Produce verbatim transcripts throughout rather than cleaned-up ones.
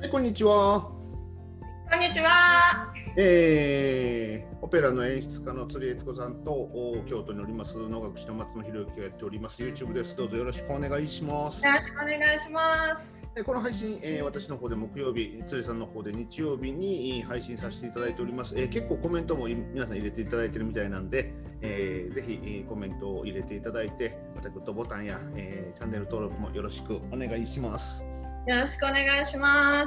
はい、こんにちは。 こんにちは。 えー、オペラの演出家の釣り悦子さんと京都におります能楽師の松野博之がやっております YouTube です。どうぞよろしくお願いします。 よろしくお願いします。 この配信、えー、私の方で木曜日、釣りさんの方で日曜日に配信させていただいております。えー、結構コメントも皆さん入れていただいているみたいなんで、えー、ぜひコメントを入れていただいて、またグッドボタンや、えー、チャンネル登録もよろしくお願いします。 よろしくお願いします。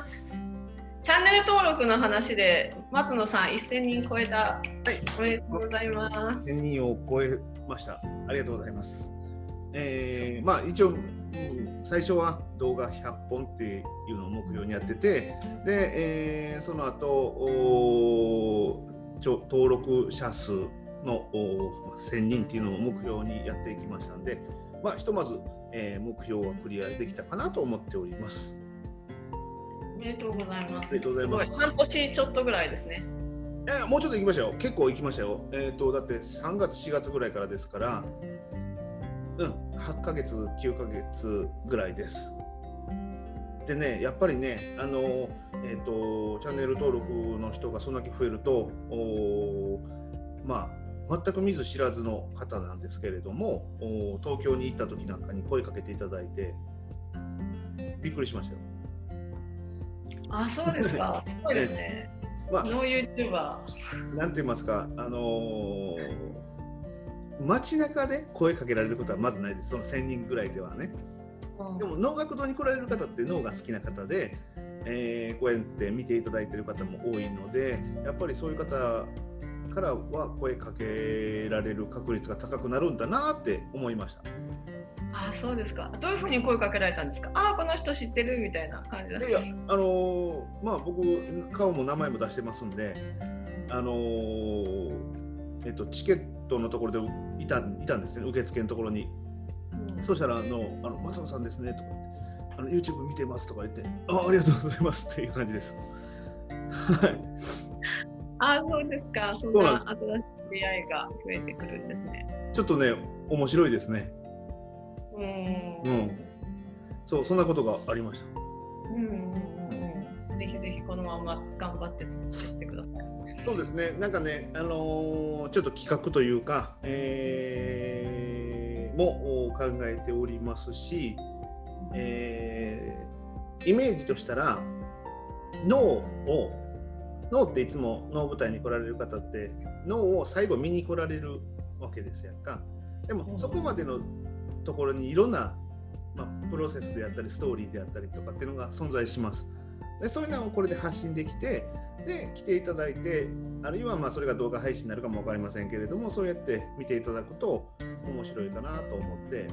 チャンネル登録の話で松野さんせんにん超えた、はい、おめでとうございます。 せんにんを超えました。ありがとうございます。えー、まあ一応最初は動画ひゃっぽんっていうのを目標にやってて、で、えー、その後登録者数のせんにんっていうのを目標にやっていきましたんで、まあひとまず、えー、目標はクリアできたかなと思っております。 おめでとうございます。 ありがとうございます。 すごい、半年ちょっとぐらいですね。 えー、もうちょっと行きましたよ。結構行きましたよ。えーと、だってさんがつしがつぐらいからですから、うん、はっかげつきゅうかげつぐらいです。でね、やっぱりね、あのえーとチャンネル登録の人がそんだけ増えると、おまあ全く見ず知らずの方なんですけれども、お東京に行った時なんかに声かけていただいてびっくりしましたよ。 あ、そうですか。すごいですね。まあ、ノー YouTuber。 なんて言いますか、あのー、街中で声かけられることはまずないです。そのせんにんぐらいではね。うん、でも能楽堂に来られる方って能が好きな方で、えー、こうやって見ていただいている方も多いので、やっぱりそういう方からは声かけられる確率が高くなるんだなって思いました。 あ、そうですか。どういうふうに声かけられたんですか。あ、この人知ってるみたいな感じだった。 いや、あのー、まあ僕顔も名前も出してますんで、あのー、えっとチケットのところでいたいたんですね、受付のところに。うん、そしたらあのあの松野さんですねとか、あの YouTube 見てますとか言って、あ、ありがとうございますっていう感じです。はい。 あ、そうですか。そんな新しい出会いが増えてくるんですね。 ちょっとね、面白いですね。 うん、 うん、そう、そんなことがありました。 うんうんうん、ぜひぜひこのまま頑張って作っていってください。 そうですね、なんかね、あのー、ちょっと企画というか、えー、も考えておりますし、えー、イメージとしたら脳を脳っていつも能舞台に来られる方って脳を最後見に来られるわけですやんか。でもそこまでのところにいろんな、まあ、プロセスであったりストーリーであったりとかっていうのが存在します。でそういうのをこれで発信できて、で来ていただいて、あるいはまあそれが動画配信になるかも分かりませんけれども、そうやって見ていただくと面白いかなと思って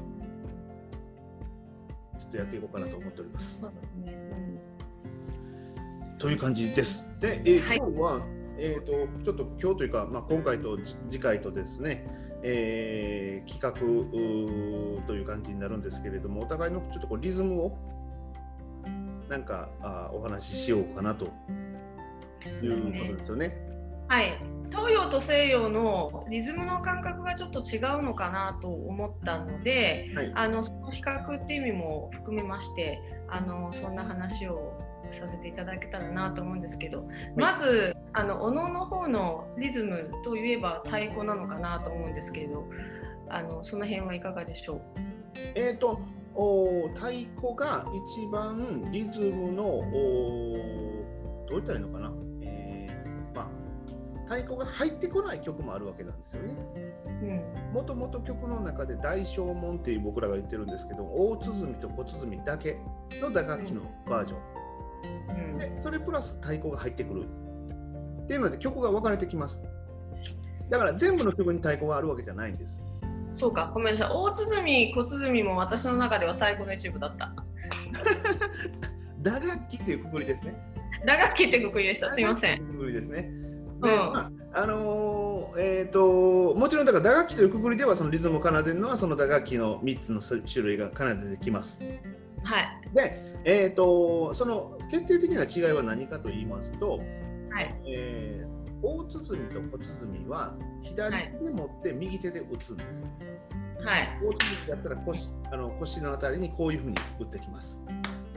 ちょっとやっていこうかなと思っております。 そうですね、 うん、という感じです。で、えーはい、今日は、えーと、ちょっと今日というか、まあ、今回と次回とですね、えー、企画という感じになるんですけれども、お互いのちょっとこうリズムをなんかあお話ししようかなということですよね。 はい、東洋と西洋のリズムの感覚がちょっと違うのかなと思ったので、はい、あのその比較っていう意味も含めまして、あのそんな話をさせていただけたらなと思うんですけど、はい、まずあのお能の方のリズムといえば太鼓なのかなと思うんですけれど、あのその辺はいかがでしょう。 えーとお太鼓が一番リズムのおどういったらいいのかな、えーまあ、太鼓が入ってこない曲もあるわけなんですよね。もともと曲の中で大小文っていう僕らが言ってるんですけど、大鼓と小鼓だけの打楽器のバージョン、うん、でそれプラス太鼓が入ってくるっていうので曲が分かれてきます。だから全部の曲に太鼓があるわけじゃないんです。 そうか、ごめんなさい。大鼓、小鼓も私の中では太鼓の一部だった。 打楽器っていうくくりですね。 打楽器っていうくくりでした。すいません。 くくりですね。 で、うんまああのーえー、ともちろんだから打楽器というくくりではそのリズムを奏でるのはその打楽器のみっつの種類が奏でてきます。 はい。 で、えー、とその決定的な違いは何かと言いますと、 はい、 えー大鼓と小鼓は左手で持って右手で打つんです。 はい、 大鼓だったら 腰, あの腰のあたりにこういうふうに打ってきます。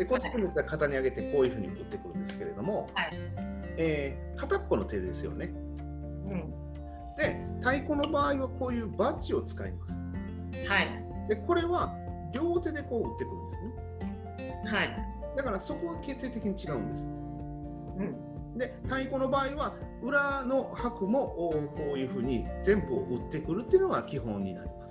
でこっち詰めたら肩に上げてこういうふうに打ってくるんですけれども、はい、えー、片っぽの手ですよね。うん、で太鼓の場合はこういうバッジを使います。はい、でこれは両手でこう打ってくるんですね。はい、だからそこは決定的に違うんです。うん、で太鼓の場合は裏の拍もこういうふうに全部を打ってくるっていうのが基本になります。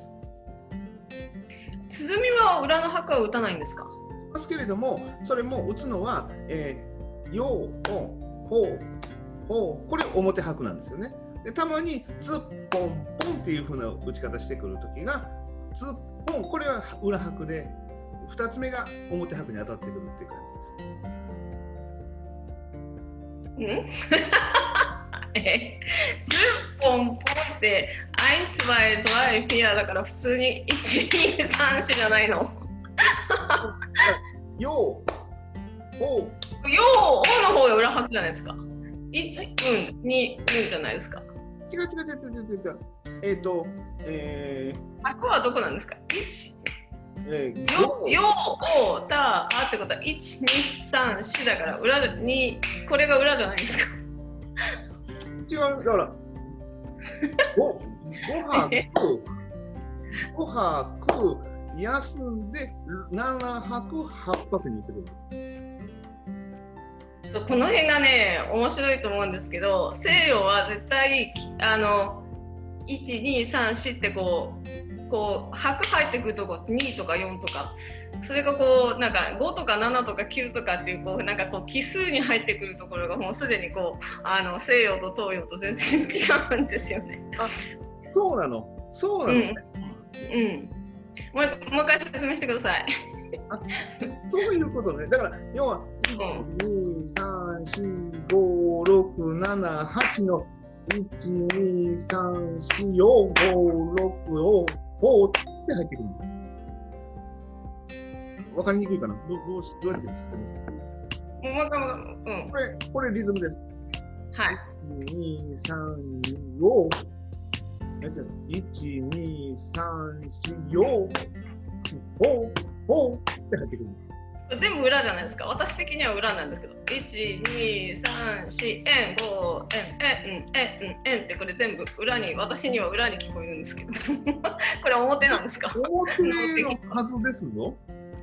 鼓は裏の拍は打たないんですか？ ますけれども、それも打つのは、えー、よう、ほう、ほう、これ表拍なんですよね。でたまにツッポンポンっていう風な打ち方してくるときがツッポン、これは裏拍でふたつめが表拍に当たってくるっていう感じです。んえツッポンポンってアイツバイドライフィアだから普通にいちにさんよんじゃないの？ よう、ほう、よう、おの方が裏拍じゃないですか。いち、うん、に、うんじゃないですか。 違う違う違う違う違う。えっ、ー、と、えー、拍はどこなんですか？いち、えー、よ、よ、お、た、あってことは、いち、に、さん、よんだから、裏に、これが裏じゃないですか。 違う、だから、ご、ご拍、ご拍、休んでなな拍、はち拍に行ってくるんです。この辺がね、面白いと思うんですけど、西洋は絶対あのいち、に、さん、よんってこう、こう拍入ってくるとこにとかよんとか、それがこうなんかごとかななとかきゅうとかっていうこうなんかこう奇数に入ってくるところがもうすでにこうあの西洋と東洋と全然違うんですよね。 あ、そうなの、そうなの、ね。 うん。うんもう、もう一回説明してください。 あ、そういうことね。だから要は、うん、に、さん、よん、ご、ろく、なな、はちのいち、に、さん、よん、ご、ろくをほうって入ってくるんです。わかりにくいかな。どどうしどうやって説明する？ もう一回、うん。 これこれリズムです。 はい。 いち、に、さん、よん。いち、に、さん、よん、ほう、ほうって入ってくる。 全部裏じゃないですか。私的には裏なんですけど、いち、に、さん、よん、ご、えん、えん、えん、えんってこれ全部裏に、私には裏に聞こえるんですけど、これ表なんですか？ 表のはずですぞ。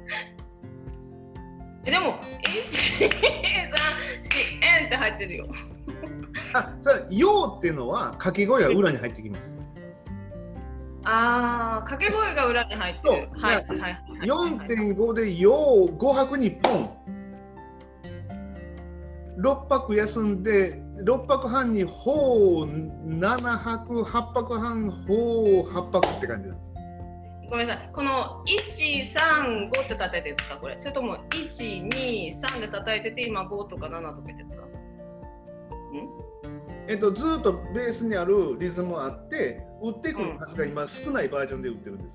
えでも、いち、に、さん、よん、えんって入ってるよ。 あ、それ、ようっていうのは掛け声が裏に入ってきます。 ああ、掛け声が裏に入ってる。はいはいはい。 よんてんご でよう、ご拍にポン。ろっ拍休んで、ろっ拍半にほう、なな拍、はち拍半、ほう、はち拍って感じなんです。 ごめんなさい。このいち、さん、ごって叩いてるんですかこれ？それともいち、に、さんで叩いてて今ごとかななとか言ってるんですか？んえっと、ずっとベースにあるリズムあって打ってくる数が今少ないバージョンで打ってるんです。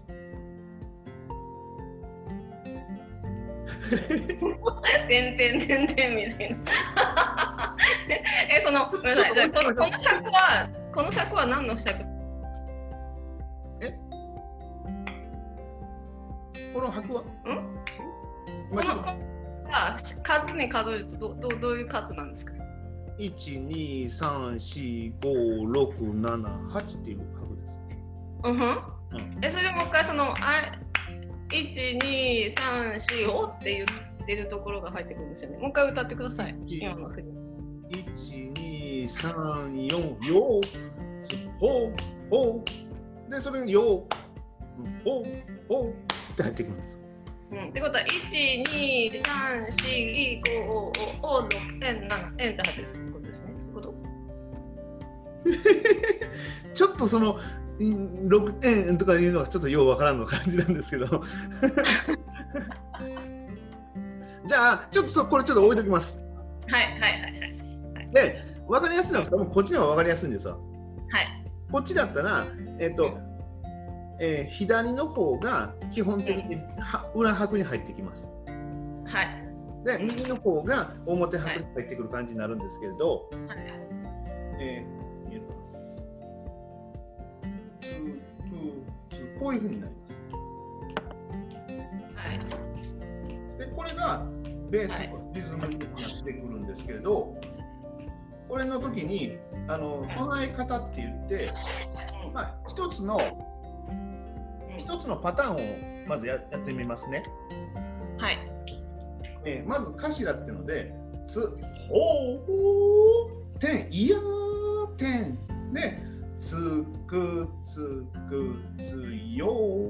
てんてんてんてんみたいな。え、そのごめんなさい。じゃあこのこの尺はこの尺は何の尺？ え？この拍は？ん？ このこあ数に数えるとどどどういう数なんですか？ いち、に、さん、よん、ご、ろく、なな、はちっていう拍です。 うんふん。うん、え、それでもう一回そのあいち、に、さん、よん、ごって言ってるところが入ってくるんですよね。もう一回歌ってください。今の振り。 いち、に、さん、よん、よう、ほう、ほう。で、それがよう、ほう、ほうって入ってくるんです。 うん、ってことは、いち、に、さん、よん、ご、ろく、えん、なな、えんって入ってるってことですね。ってことちょっとその、ろくえんとかいうのはちょっとようわからんの感じなんですけど。じゃあ、ちょっとそこれちょっと置いときます。 はいはいはいはい。 で、わかりやすいのは多分こっちの方がわかりやすいんですよ。 はい。 こっちだったら、えっと、うんえー、左の方が基本的には裏拍に入ってきます。 はい。 で、右の方が表拍に入ってくる感じになるんですけれど、はいえー、見えるかなこういう風になります。 はい。 で、これがベースのリズムになってくるんですけれど、これの時にあの唱え方って言って、まあ、一つの一つのパターンをまず や, やってみますね。 はい。 えー、まず頭っていうので、つほうてんいやーてんで、つくつくつよ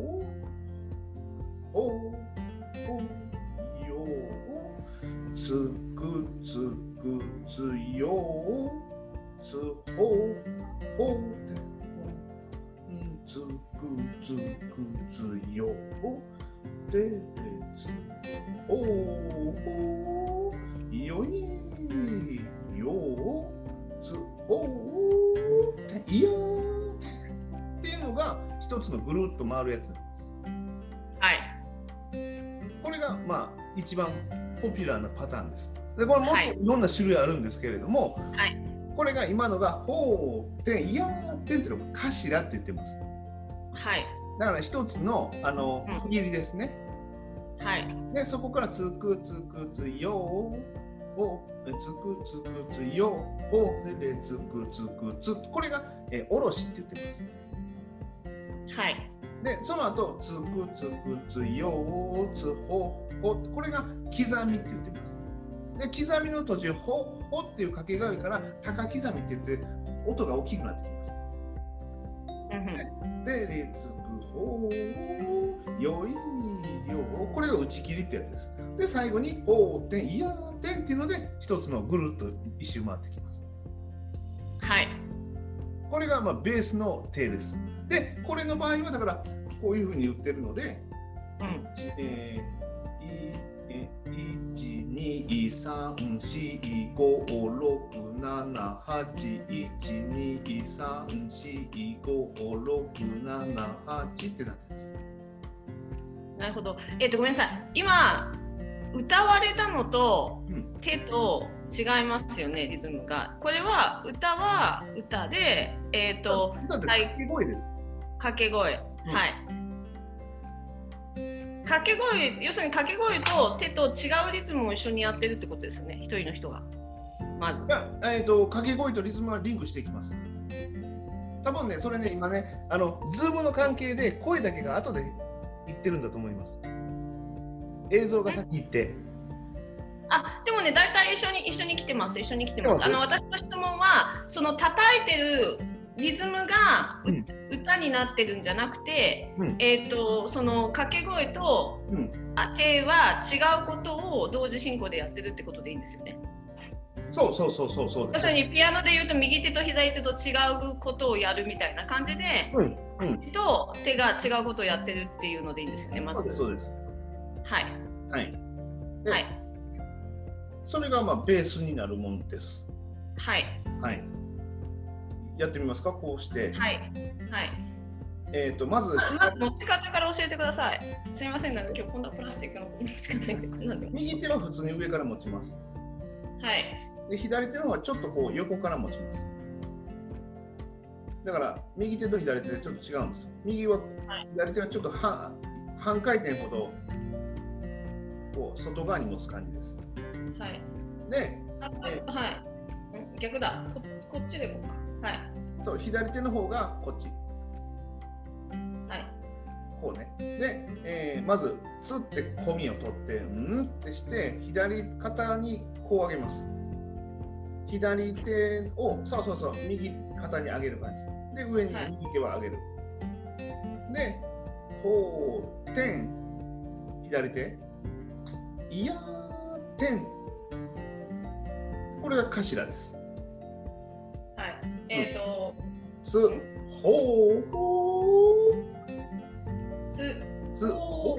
おおよつくつくつよつほほてんつくつくつよてつほほよいよつほていやっていうのが一つのぐるっと回るやつなんです。 はい。 これがまあ一番ポピュラーなパターンです。でこれもっといろんな種類あるんですけれども、はい、これが今のがほうてんいやーてんっていうのが頭って言ってます。 はい。 だから一つのあの区切りですね。 うん、はい。 でそこからつくつくつよおつくつくつよおでつくつくつこれがえおろしって言ってます。 はい。 でその後つくつくつよつほほこれが刻みって言ってます。で刻みの途中ほほっていう掛け声から高刻みって言って音が大きくなってきます。うん、ででつくほよいよこれが打ち切りってやつです。で最後にほうてんいやてんっていうので一つのぐるっと一周回ってきます。はい。これがまあベースの手です。でこれの場合はだからこういうふうに言ってるので、うんえー、いちにさんしごろくななはちいちにさんしごろくななはちってなってます。 なるほど。えっとごめんなさい。今歌われたのと手と違いますよね、リズムが。これは歌は歌で、えっと歌って掛け声です。 掛け声、うん、はい。掛け声、要するに掛け声と手と違うリズムを一緒にやってるってことですよね、一人の人が。まず。 えーと、掛け声とリズムはリンクしていきます。多分ね、それね、今ね、あの、ズームの関係で声だけが後で言ってるんだと思います。映像が先行って。 あ、でもね、大体一緒に一緒に来てます。一緒に来てます。あの私の質問は、その叩いてるリズムが、うん、歌になってるんじゃなくて、うん、えっとその掛け声と、うん、手は違うことを同時進行でやってるってことでいいんですよね。 そうそうそうそうそう。 要するにピアノで言うと右手と左手と違うことをやるみたいな感じで、うんうん、口と手が違うことをやってるっていうのでいいんですよね。まず。 そうです。 はいはいはい。 それがまあベースになるものです。 はいはい。やってみますか、こうして。 はいはい。 えっとまず、 まず持ち方から教えてください。すみません、なんか今日こんなプラスチックの持ち方でこんなの。 右手は普通に上から持ちます。 はい。 で左手の方はちょっとこう横から持ちます。だから右手と左手でちょっと違うんですよ。右は、はい、左手はちょっと半半回転ほどこう外側に持つ感じです。 はい。 で、 あえはい。逆だ。こ, こっちでいこうか。はい。 そう、左手の方がこっち。 はい。 こうね。で、えー、まずつって込みを取ってんってして左肩にこう上げます。左手をそうそうそう右肩に上げる感じ。で上に右手は上げる。はい、で、ほうてん左手いやーてんこれが頭です。 はい。えっ、ー、とすほうほうすすほ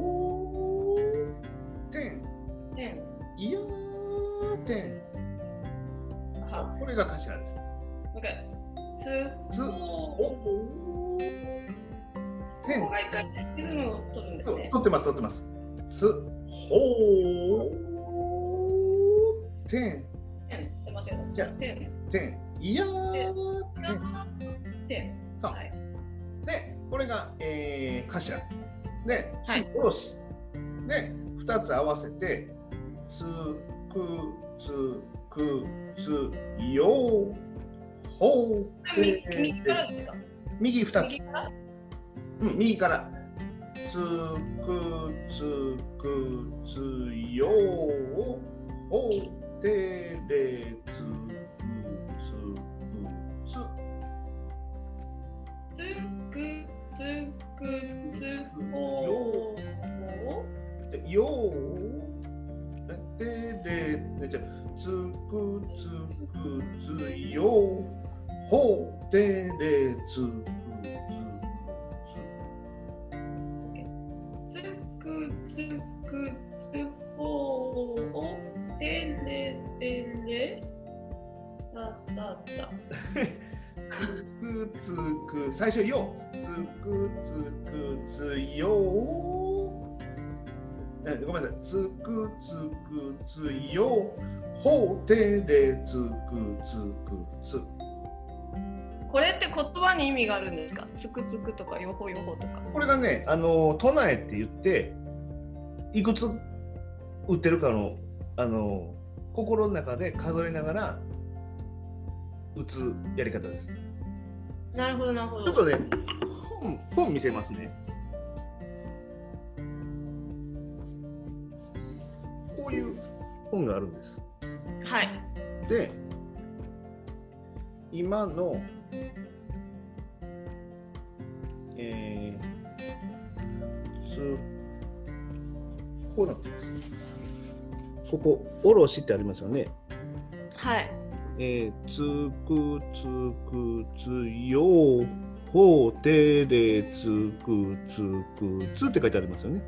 うてんてんいやーてんこれが頭です。 OK。すすほうてんここが一回リズムを取るんですね。 取ってます取ってます。すほうてんじゃあてんいやーてんそう、はい、でこれが、えー、頭で次おろし、はい、でふたつ合わせてつくつくつよほうて右からですか？ 右ふたつ。 右から、 うん、右から。つくつくつよほうてれつくつくつ。 つくつくつほうよてれじゃつくつくつよほうてれつくつくつくつほうてれてれたたたつくつく最初よつくつくつよごめんなさいつくつくつよほうてれつくつくつ。 これって言葉に意味があるんですか？つくつくとかよほよほとか。 これがね、あの唱えって言っていくつ打ってるかのあの心の中で数えながら打つやり方です。 なるほどなるほど。 ちょっとね本本見せますね。こういう本があるんです。 はい。 で今のえー、つこうなってます。ここおろしってありますよね。 はい。 えー、つくつくつよほうてれつくつくつって書いてありますよね。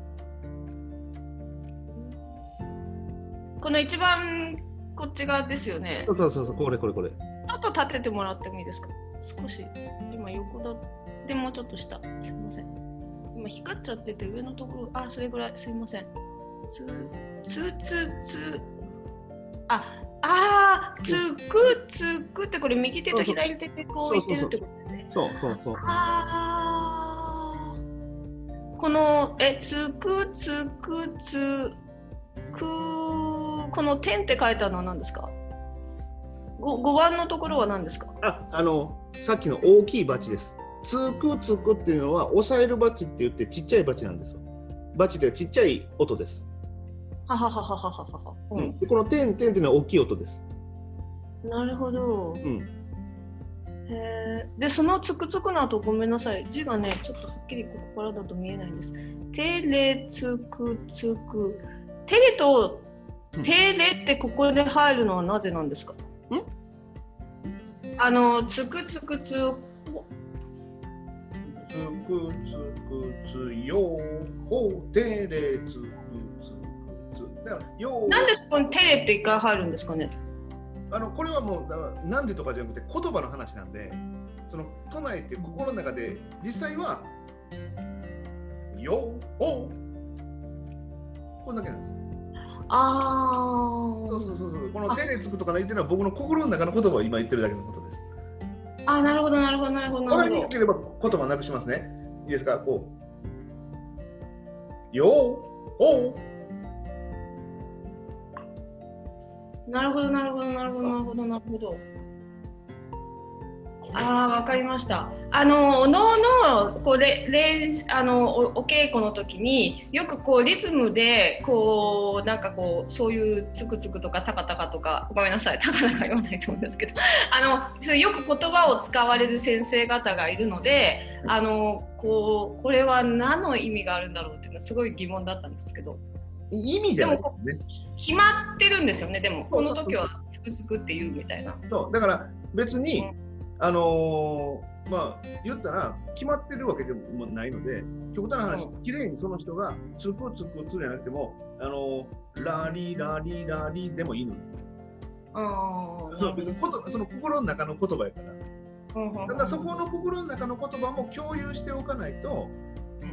この一番こっち側ですよね。 そうそうそうこれこれこれ。ちょっと立ててもらってもいいですか？少し今横だでもうちょっと下。すいません。今光っちゃってて上のところあそれぐらいすいません。つつつつああーつくつくってこれ右手と左手でこう言ってるってことですね。 そうそうそう。 ああこのえつくつくつくこの点って書いたのは何ですか？ごごばんのところは何ですか？ あ、あのさっきの大きいバチです。つくつくっていうのは押さえるバチって言ってちっちゃいバチなんですよ。バチってちっちゃい音です。 ははははははは。 うん。でこの点点っていうのは大きい音です。 なるほど。 うん。 へえ。でそのつくつくの後ごめんなさい字がねちょっとはっきりここからだと見えないんです。てれつくつくてれとてれってここで入るのはなぜなんですか？ ん？あのつくつくつつくつくつよほてれつくつくつだからよなんでそこにてれって一回入るんですかね？ あのこれはもうだからなんでとかじゃなくて言葉の話なんでその唱えって心の中で実際はよほこんだけなんです。 ああ。 そうそうそうそうこの手でつくとか言ってるのは僕の心の中の言葉を今言ってるだけのことです。 あーなるほどなるほどなるほど。 わかりにくければ言葉なくしますね。いいですか？こうよほなるほどなるほどなるほどなるほどなるほど。ああわかりました。あの能のこうれ練あの お, お稽古の時によくこうリズムでこうなんかこうそういうつくつくとかタカタカとかごめんなさいタカタカ言わないと思うんですけどあのよく言葉を使われる先生方がいるのであのこうこれは何の意味があるんだろうっていうのはすごい疑問だったんですけど。 意味じゃないですね。 決まってるんですよね。でもこの時はつくつくっていうみたいな。 そうだから別に、うん、あのー、まあ言ったら決まってるわけでもないので極端な話、うん、綺麗にその人がつくつくつじゃなくてもあのー、ラリラリラリでもいいの。ああ。別にことその心の中の言葉やから。うん、ただそこの心の中の言葉も共有しておかないと、うん、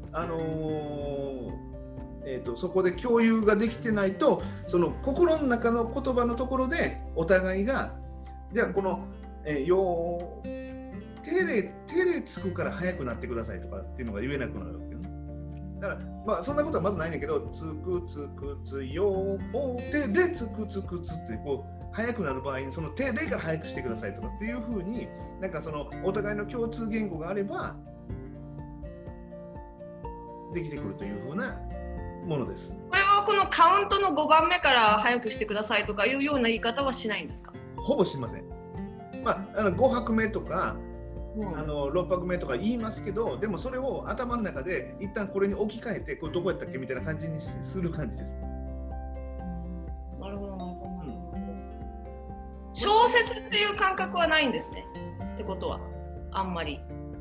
あのー。えー、とそこで共有ができてないとその心の中の言葉のところでお互いがじゃあこの、えー、よーテレテレつくから早くなってくださいとかっていうのが言えなくなるわけよね。 だからまあそんなことはまずないんだけど、つくつくつよおてれつくつくつってこう早くなる場合にそのてれから早くしてくださいとかっていうふうになんかそのお互いの共通言語があればできてくるというふうなものです。 これはこのカウントのごばんめから早くしてくださいとかいうような言い方はしないんですか？ ほぼしません。まあ、あのごはくめとか、うん、あのろっぱくめとか言いますけど、でもそれを頭の中で一旦これに置き換えてこれどこやったっけみたいな感じにする感じです。 なるほどなるほどなるほど。小説っていう感覚はないんですね。ってことはあんまり。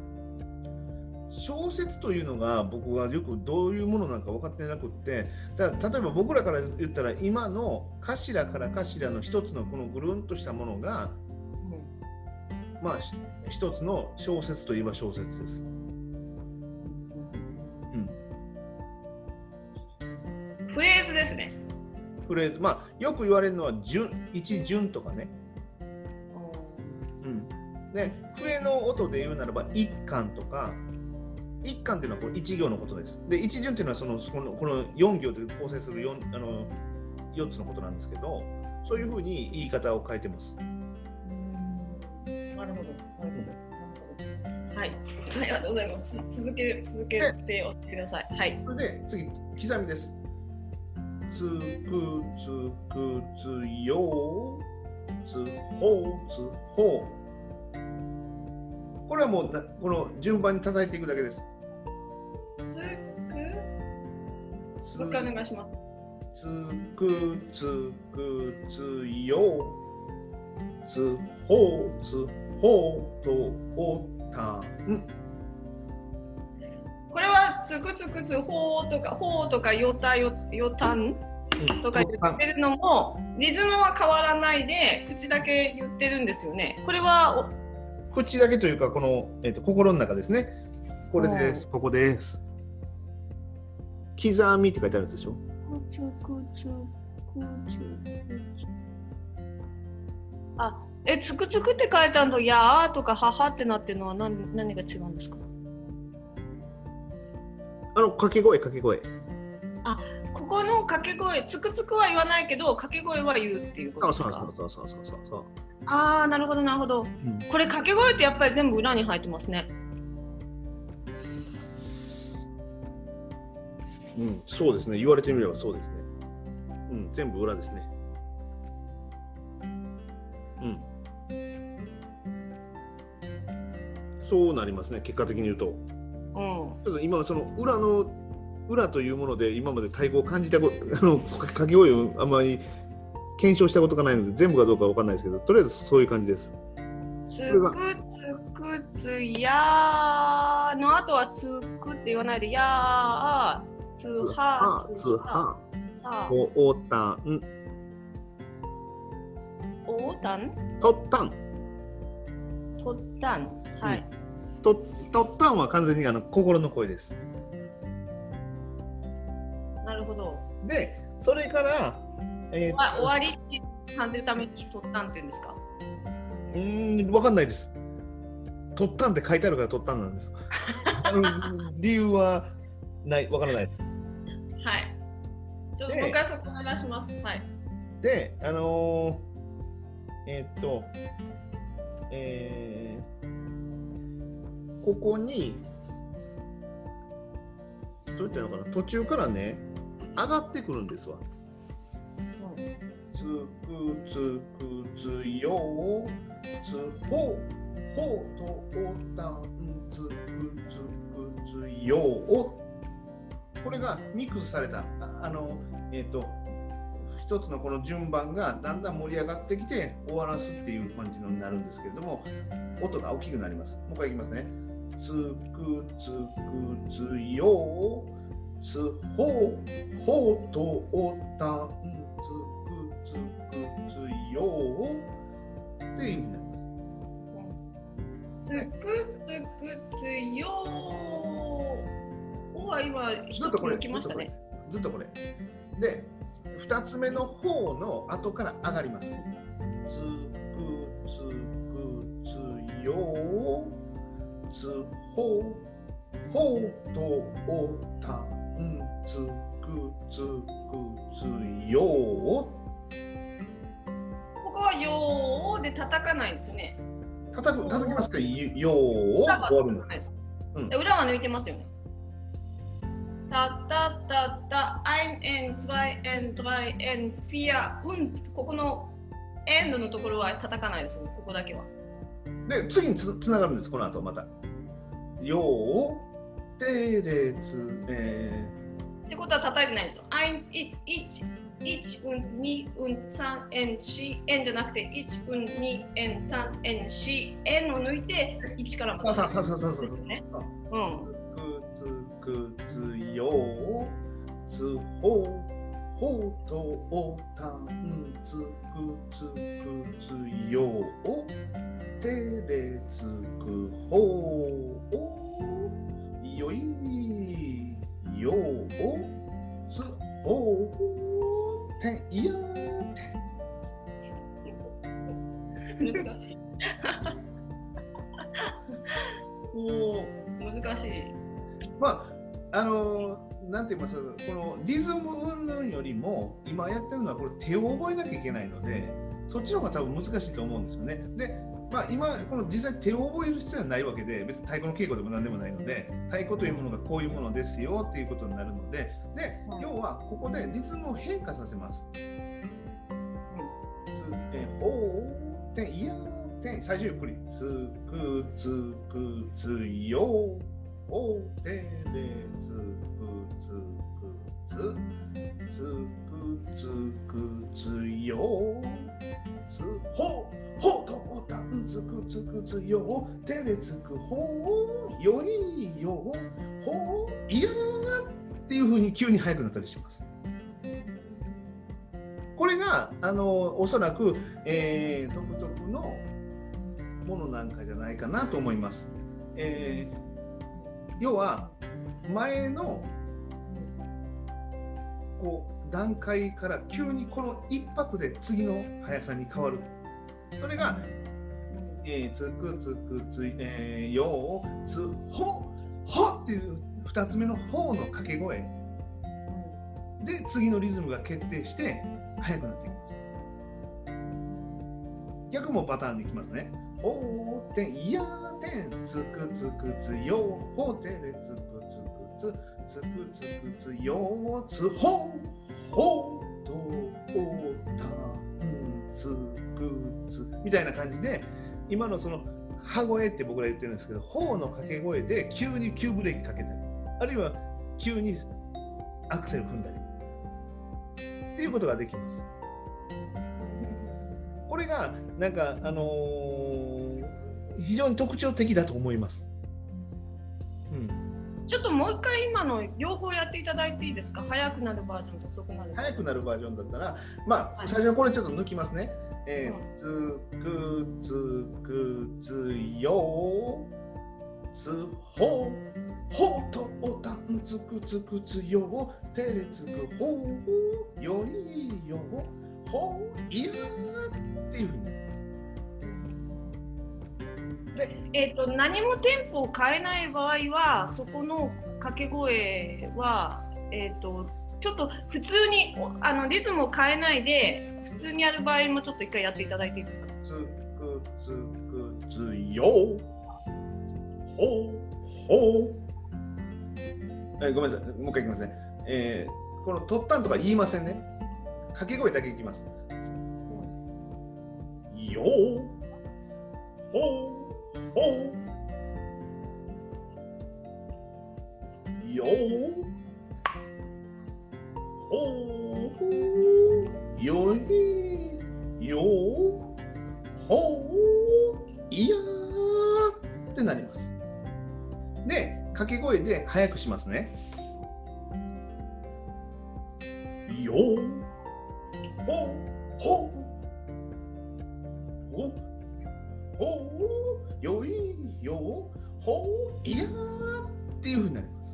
小説というのが僕はよくどういうものなのか分かってなくって、だから例えば僕らから言ったら今の頭から頭の一つのこのぐるんとしたものが、うん、まあ一つの小説といえば小説です。うん、 フレーズですね。 フレーズ、まあよく言われるのは順、一順とかね。うん、で笛の音で言うならば一巻とか。一巻っていうのはこう一行のことです。で、一巡っていうのはそのこのこのよん行で構成する 4, あのよっつのことなんですけど、そういうふうに言い方を変えてます。 なるほど、なるほど、なるほど。はい、ありがとうございます。続け続けておってください。はい。 それで次刻みです。つくつくつよつほつほ。これはもうなこの順番に叩いていくだけです。 つく、もう一回お願いします。 つくつくつよつほつほとおたん。 これはつくつくつほとかほとかよたよよたんとか言ってるのもリズムは変わらないで口だけ言ってるんですよね。これは口だけというかこの、えーと、心の中ですね。これです。ここです。刻みって書いてあるでしょ。 つくつくつあ、え、つくつくって書いてあるのやーとかははってなってるのは 何, 何が違うんですか？ あの掛け声掛け声。 あ、ここの掛け声、つくつくは言わないけど掛け声は言うっていうことですか？ そうそうそうそうそうそう。 ああ、なるほどなるほど、うん、これ掛け声ってやっぱり全部裏に入ってますね。 うん、そうですね。言われてみればそうですね。うん、全部裏ですね。うん。そうなりますね。結果的に言うと。うん。ちょっと今その裏の裏というもので今まで対語を感じたこと、あの掛け声をあんまり検証したことがないので全部かどうかわかんないですけど、とりあえずそういう感じです。 つくつくつやーの後はつくって言わないでやーつはつはおおたんおたんとったんとったん、はい、 うん、ととったんは完全にあの心の声です。 なるほど。 でそれからえー、終わりって感じるために取ったんって言うんですか？ うーん、分かんないです。取ったんって書いてあるから取ったんなんです。あの理由はない、分からないです。 はい。ちょっともう一回そこお願いします。はい。 で、あのー、えー、っと、えー、ここにどういったのかな、途中からね上がってくるんですわ。つくつくつよつほほとおたんつくつくつよこれがミックスされた あ, あのえっ、ー、と一つのこの順番がだんだん盛り上がってきて終わらすっていう感じになるんですけれども、音が大きくなります。もう一回いきますね。つくつくつよつほほとおたんつくつくつよっていう意味になります。 つくつくつよは今一つ抜きましたね。 ずっとこれ。で、二つ目の方の後から上がります。つくつくつよつほほとおたんつくつくつよここはよーで叩かないんですよね。 叩く叩きますか？よー裏は叩かないです、うん、裏は抜いてますよね。たたたた、ein, en, zwei, en, drei, en, vier, und ここのエンドのところは叩かないですよ、ここだけは。 で、次に つ, つながるんです、この後また。よー、てれつ、えー。ってことは叩いてないんですよ。ein, ich, ich undに und さん en, し en じゃなくていち und に en, さん en, し en を抜いていちからまた。 そうそうそうそうそうそう。 うん。 つくつよつほほとおたんつくつくつよてれつくほよいよつほてんいやて難しいおー難しい。 まああのー、なんて言いますか、このリズム云々よりも今やってるのはこれ手を覚えなきゃいけないので、そっちの方が多分難しいと思うんですよね。で、まあ、今この実際手を覚える必要はないわけで、別に太鼓の稽古でも何でもないので、太鼓というものがこういうものですよっていうことになるので、で、要はここでリズムを変化させます。つえほうていやて最初ゆっくりつくつくつよおてれつくつくつつくつくつよつほほとおたんつくつくつよてれつくほよいよほいやっていう風に急に速くなったりします。これがあのおそらく、えー、独特のものなんかじゃないかなと思います。えー要は前のこう段階から急にこの一拍で次の速さに変わる。それが、えー、つくつくつい、えー、ようつほほっていうふたつめのほの掛け声で次のリズムが決定して速くなっていきます。逆もパターンでいきますね。ほーてんいやーてんつくつくつよほてれつくつくつつくつくつよつほほとおたんつくつみたいな感じで、今のその歯声って僕ら言ってるんですけど、ほの掛け声で急に急ブレーキかけたり、あるいは急にアクセル踏んだりっていうことができます。これがなんかあのー、非常に特徴的だと思います、 うん、ちょっともう一回今の両方やっていただいていいですか？速くなるバージョンと遅くなる速くなるバージョンだったら、まあ、最初はこれちょっと抜きますね、えー、つくつくつよつほほとおたんつくつくつよてれつくほよいよほいやっていうふうにで、えーと、何もテンポを変えない場合はそこの掛け声は、えーと、ちょっと普通にあのリズムを変えないで普通にやる場合もちょっと一回やっていただいていいですか？ つくつくつよほほえごめんなさい、もう一回いきますね、えー、このとったんとか言いませんね。掛け声だけいきます。よほほよほよいよほいやってなります。で、掛け声で早くしますね。よほほほほよいよほいやっていうふうになります。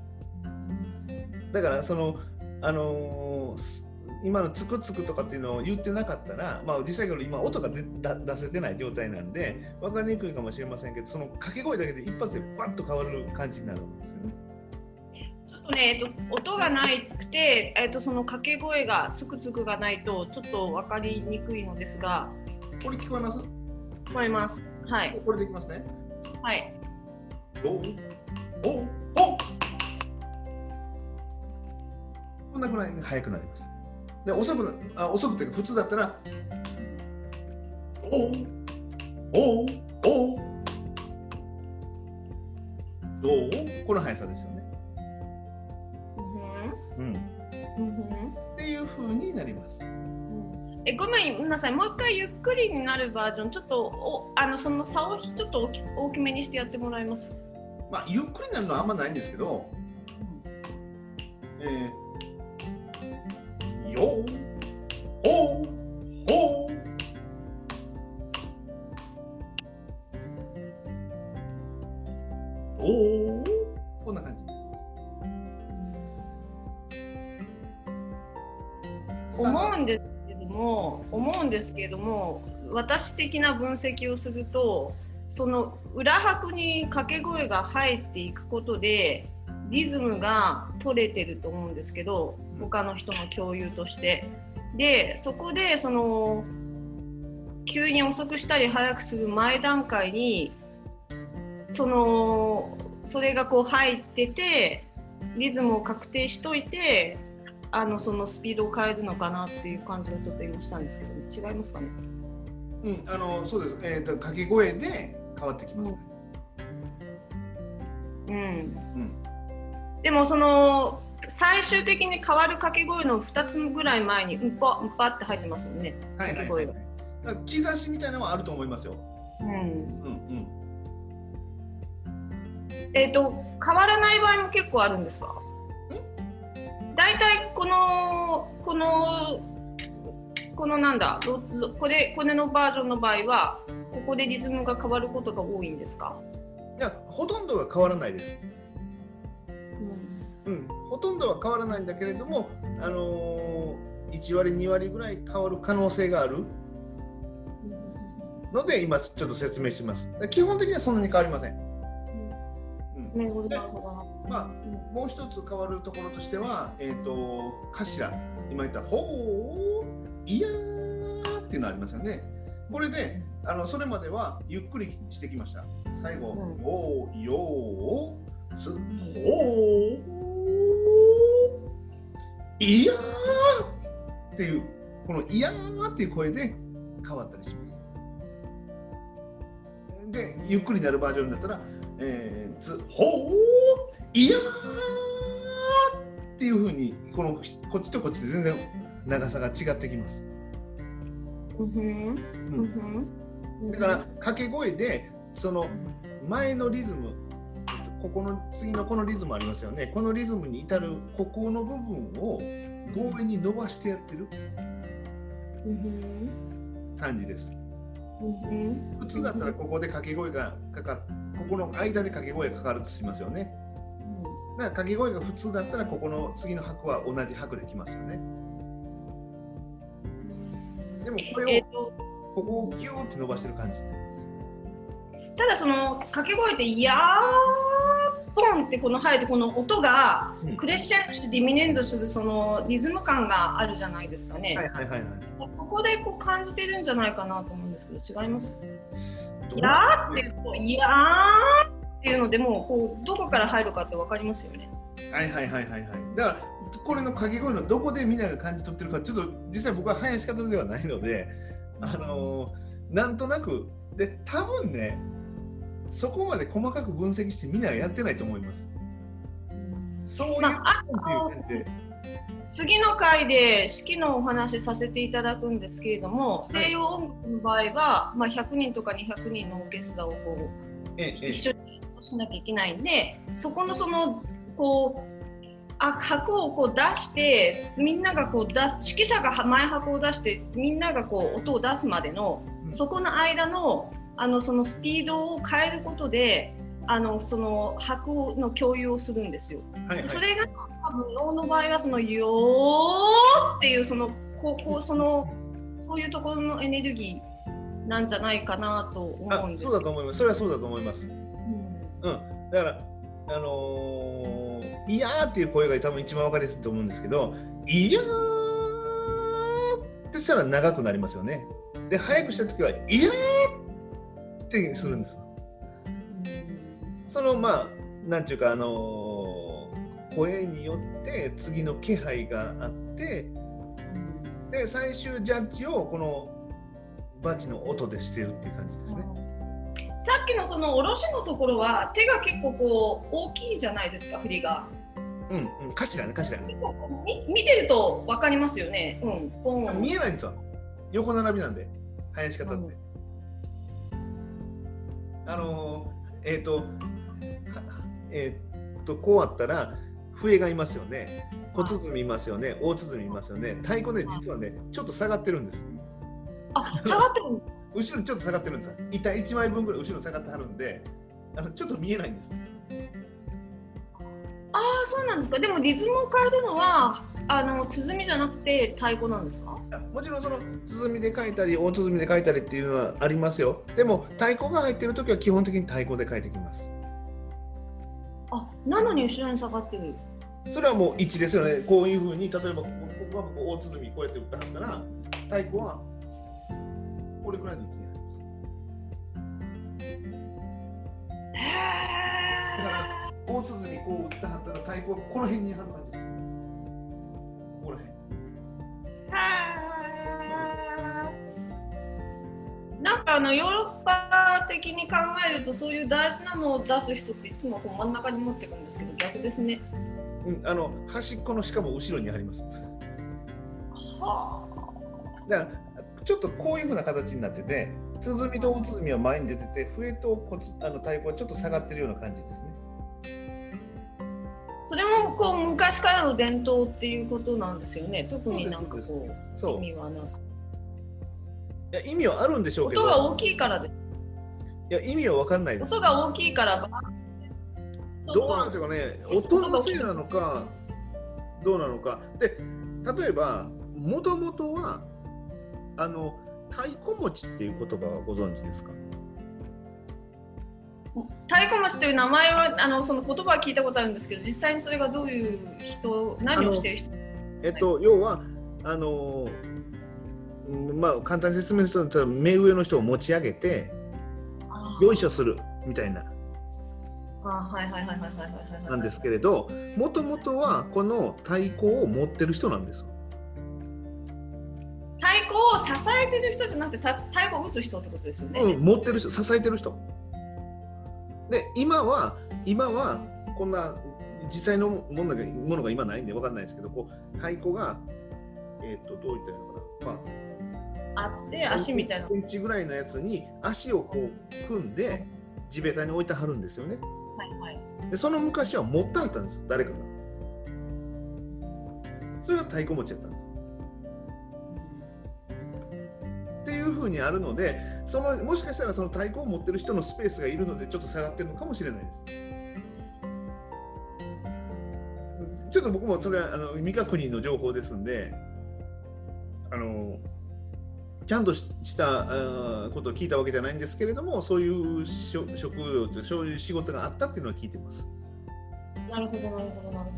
だからそのあのー、今のつくつくとかっていうのを言ってなかったら、まあ、実際から今音が出, 出せてない状態なんで分かりにくいかもしれませんけど、その掛け声だけで一発でバッと変わる感じになるんですよね。 ちょっとね、えっと、音がないくて、えっと、その掛け声がつくつくがないとちょっと分かりにくいのですが。 これ聞こえます？聞こえます。はい。 これでいきますね。 はい。 おおおこんなくらいに速くなります。で、遅くあ遅くて普通だったらおおおおどうこの速さですよね。うん。うん。っていう風になります。 え、ごめんなさい。もう一回ゆっくりになるバージョン、ちょっとおあのその差をちょっと大き、大きめにしてやってもらえます？ まあゆっくりになるのはあんまないんですけど、えー、よおおおこんな感じ。 思うんですけども、思うんですけども、私的な分析をすると、その裏拍に掛け声が入っていくことでリズムが取れてると思うんですけど、他の人の共有として。で、そこでその急に遅くしたり速くする前段階にそのそれがこう入っててリズムを確定しといて、あのそのスピードを変えるのかなっていう感じがちょっと今したんですけど、違いますかね？ うん、あのそうです。えーと、掛け声で変わってきます。 うん。うん。でもその最終的に変わる掛け声のふたつぐらい前にうんぱうんぱって入ってますもんね。 はいはいはい。兆しみたいなのはあると思いますよ。うん。うんうん。 えっと変わらない場合も結構あるんですか？だいたいこのこのこのなんだこれこれのバージョンの場合はここでリズムが変わることが多いんですか？ いや、ほとんどが変わらないです。うん、うん、ほとんどは変わらないんだけれども、あのー、いち割に割ぐらい変わる可能性があるので今ちょっと説明します。基本的にはそんなに変わりません。 なるほどなるほど。 まあ、もう一つ変わるところとしては、えーと、頭、今言ったほー、いやーっていうのありますよね。これで、あのそれまではゆっくりしてきました。最後、おー、よー、つ、ほー、いやーっていう、このいやーっていう声で変わったりします。で、ゆっくりになるバージョンだったら、えー、つ、ほー、いやーっていう風にこのこっちとこっちで全然長さが違ってきます。うん、だから掛け声でその前のリズム、ここの次のこのリズムありますよね。このリズムに至るここの部分を強引に伸ばしてやってる感じです。普通だったらここで掛け声がかかっここの間で掛け声がかかるとしますよね。だから掛け声が普通だったらここの次の拍は同じ拍できますよね。でもこれをここをギューって伸ばしてる感じ。 ただその掛け声っていやーポンってこの入ってこの音がクレッシェンドしてディミネンドするそのリズム感があるじゃないですかね。はいはいはいはい。ここでこう感じてるんじゃないかなと思うんですけど、違います？いやーっていうといやーっていうのでもうこうどこから入るかって分かりますよね。 はいはいはいはいはい。だからこれの掛け声のどこでみんなが感じ取ってるかちょっと実際僕は話し方ではないので、あのー、なんとなくで多分ねそこまで細かく分析してみんながやってないと思います。そういう感じで。 次の回で式のお話しさせていただくんですけれども、西洋音楽の場合は、まあ、ひゃくにんとかにひゃくにんのオーケストラをこう、ええ、一緒に演奏しなきゃいけないんで、そこのそのこうあ拍をこう出してみんながこう出す指揮者が前拍を出してみんながこう音を出すまでの、うん、そこの間のあのそのスピードを変えることであのその拍の共有をするんですよ。はいはい、それが多分能の場合はそのよーっていうそのこうこうそのそういうところのエネルギーなんじゃないかなと思うんですよ。 そうだと思います。それはそうだと思います。うん。うん、だからあのー、 いやーっていう声が多分一番分かりやすいと思うんですけど、いやーってしたら長くなりますよね。で早くした時はいやーってするんです。そのまあなんていうかあのー、声によって次の気配があって、で最終ジャッジをこのバチの音でしてるっていう感じですね。 さっきのその下ろしのところは手が結構こう大きいじゃないですか、振りが。 うん、うん、かしらね、かしら。 見, 見てると分かりますよね。うん、ポン。 見えないんですよ。横並びなんで、生やし方って。うん、あのー、えっ、ー、と、えっ、ー、と、こうあったら、笛がいますよね。小鼓いますよね。大鼓いますよね。太鼓ね、実はね、ちょっと下がってるんです。 あ、下がってる後ろにちょっと下がってるんです。板いちまいぶんぐらい後ろに下がってはるんで、あのちょっと見えないんです。 ああ、そうなんですか。でもリズムを変えるのはあの鼓じゃなくて太鼓なんですか？ もちろんその鼓で書いたり大鼓で書いたりっていうのはありますよ。でも太鼓が入ってるときは基本的に太鼓で書いてきます。 あ、なのに後ろに下がってる。 それはもう一致ですよね。こういうふうに例えばここは大鼓こうやって打ったはったら太鼓はこれくらいの位置にあります。だから大鼓こう打ったはったら太鼓はこの辺に貼る感じですよ。ここら辺。 なんかあのヨーロッパ的に考えるとそういう大事なのを出す人っていつもこう真ん中に持ってくるんですけど逆ですね。 うん、あの端っこのしかも後ろにあります。はあ。だからちょっとこういう風な形になってて、鼓と大鼓は前に出てて、笛とこつあの太鼓はちょっと下がってるような感じですね。 それもこう昔からの伝統っていうことなんですよね。特になんかこう、そう意味はなんか。 いや意味はあるんでしょうけど。 音が大きいからです。 いや意味は分かんないです。 音が大きいからどうなんでしょうかね。音のせいなのかどうなのか。で例えばもともとはあの太鼓持ちっていう言葉はご存知ですか？ 太鼓持ちという名前はあのその言葉は聞いたことあるんですけど、実際にそれがどういう人、何をしている人？ えっと要はあのまあ簡単に説明すると目上の人を持ち上げてよいしょするみたいななんですけれど、もともとはこの太鼓を持ってる人なんです。 太鼓を支えてる人じゃなくて太鼓を打つ人ってことですよね。 うん、持ってる人、支えてる人。で今は今はこんな実際のものがものが今ないんで分かんないですけど、こう太鼓がえっ、ー、とどういったらいいのかな、まあ、あって足みたいなセンチぐらいのやつに足をこう組んで地べたに置いてはるんですよね。 はいはい。 でその昔は持ってはったんです、誰かが。それが太鼓持ちやったんです。っていう風にあるので、そのもしかしたらその太鼓を持ってる人のスペースがいるのでちょっと下がってるのかもしれないです。ちょっと僕もそれはあの未確認の情報ですんで、あのちゃんとしたことを聞いたわけじゃないんですけれども、そういう職業とそういう仕事があったっていうのは聞いてます。 なるほどなるほどなるほどなる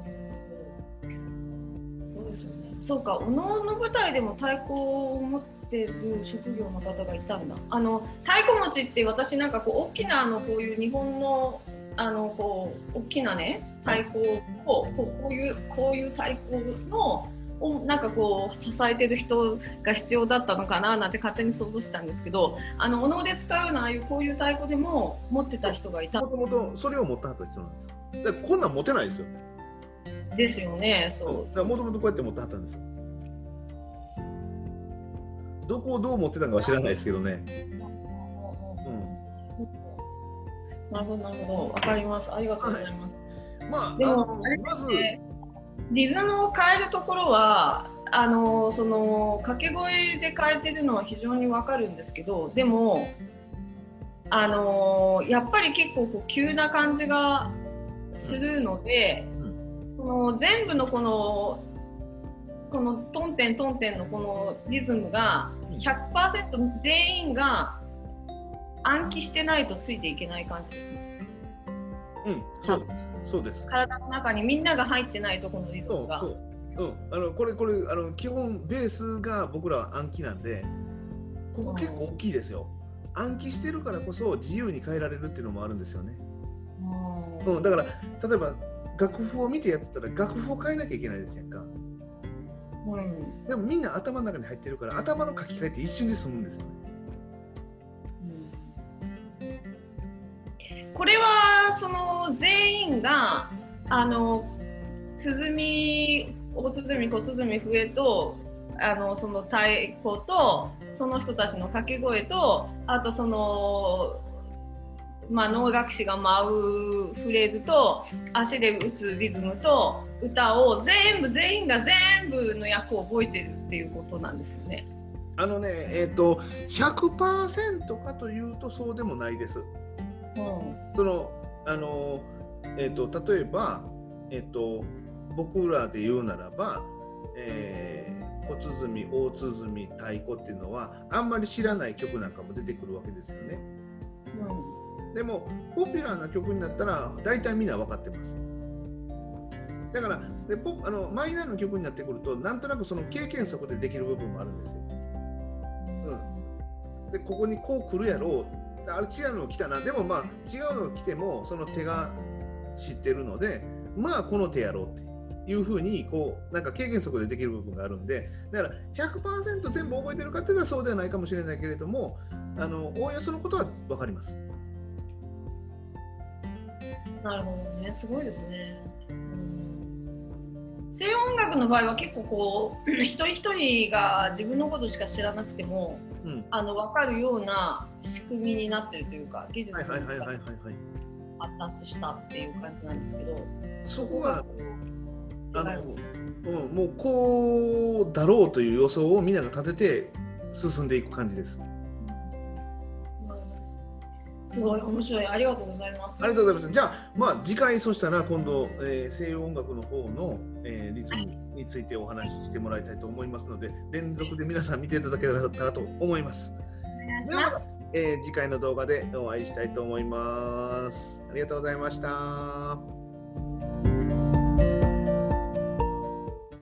ほど。そうですよね。そうか、おのおの舞台でも太鼓を持ってる職業の方がいたんだ。あの太鼓持ちって私なんかこう大きなあのこういう日本のあのこう大きなね太鼓をこうこういうこういう太鼓のをなんかこう支えてる人が必要だったのかななんて勝手に想像してたんですけど、あのお能で使うようなああいうこういう太鼓でも持ってた人がいた。 もともとそれを持ってはった人なんですよ。だからこんなん持てないですよ。 ですよね。そう。 もともとこうやって持ってはったんですよ。どこをどう持ってたのかは知らないですけどね。 なるほどなるほど、わかります。ありがとうございます。 はい、まあでもあれまずリズムを変えるところはあのその掛け声で変えてるのは非常にわかるんですけど、でもあのやっぱり結構こう急な感じがするので、うん、その全部のこのこのトンテントンテンのこのリズムが ひゃくパーセント 全員が暗記してないとついていけない感じですね。 うん、そうです。そうです。 体の中にみんなが入ってないところのリズムが。 そうそう。うん、あのこれこれあの基本ベースが僕らは暗記なんで、ここ結構大きいですよ。暗記してるからこそ自由に変えられるっていうのもあるんですよね。うん、だから例えば楽譜を見てやってたら楽譜を変えなきゃいけないですやんか。うん、でもみんな頭の中に入ってるから頭の書き換えって一瞬で済むんですよね。 うん、これはその全員があの鼓、大鼓、小鼓、笛とあのその太鼓とその人たちの掛け声とあとその、まあ、能楽師が舞うフレーズと足で打つリズムと歌を全部全員が全部の役を覚えてるっていうことなんですよね。 あのね、えーと、ひゃくパーセント かというとそうでもないです。うん、そのあの、えーと、例えば、えーと、僕らで言うならば、えー、小鼓、大鼓、太鼓っていうのはあんまり知らない曲なんかも出てくるわけですよね。うん、でもポピュラーな曲になったら大体みんな分かってます。だからでポあのマイナーな曲になってくるとなんとなくその経験則でできる部分もあるんですよ。うん、でここにこう来るやろう、あれ違うの来たな、でもまあ違うのが来てもその手が知ってるのでまあこの手やろうっていうふうにこうなんか経験則でできる部分があるんで、だから ひゃくパーセント 全部覚えてるかっていうのはそうではないかもしれないけれども、あのおおよそのことは分かります。 なるほどね、すごいですね。うん、西洋音楽の場合は結構こう一人一人が自分のことしか知らなくても、うん、あの分かるような仕組みになってるというか技術が発達したっていう感じなんですけど、 そこがあの、うん、もうこうだろうという予想をみんなが立てて進んでいく感じです。 すごい面白い、ありがとうございます。 ありがとうございます。じゃあ、まあ、次回そしたら今度、えー、西洋音楽の方の、えー、リズムについてお話ししてもらいたいと思いますので、はい、連続で皆さん見ていただけたらと思います。 お願いします。 えー、次回の動画でお会いしたいと思います。ありがとうございました。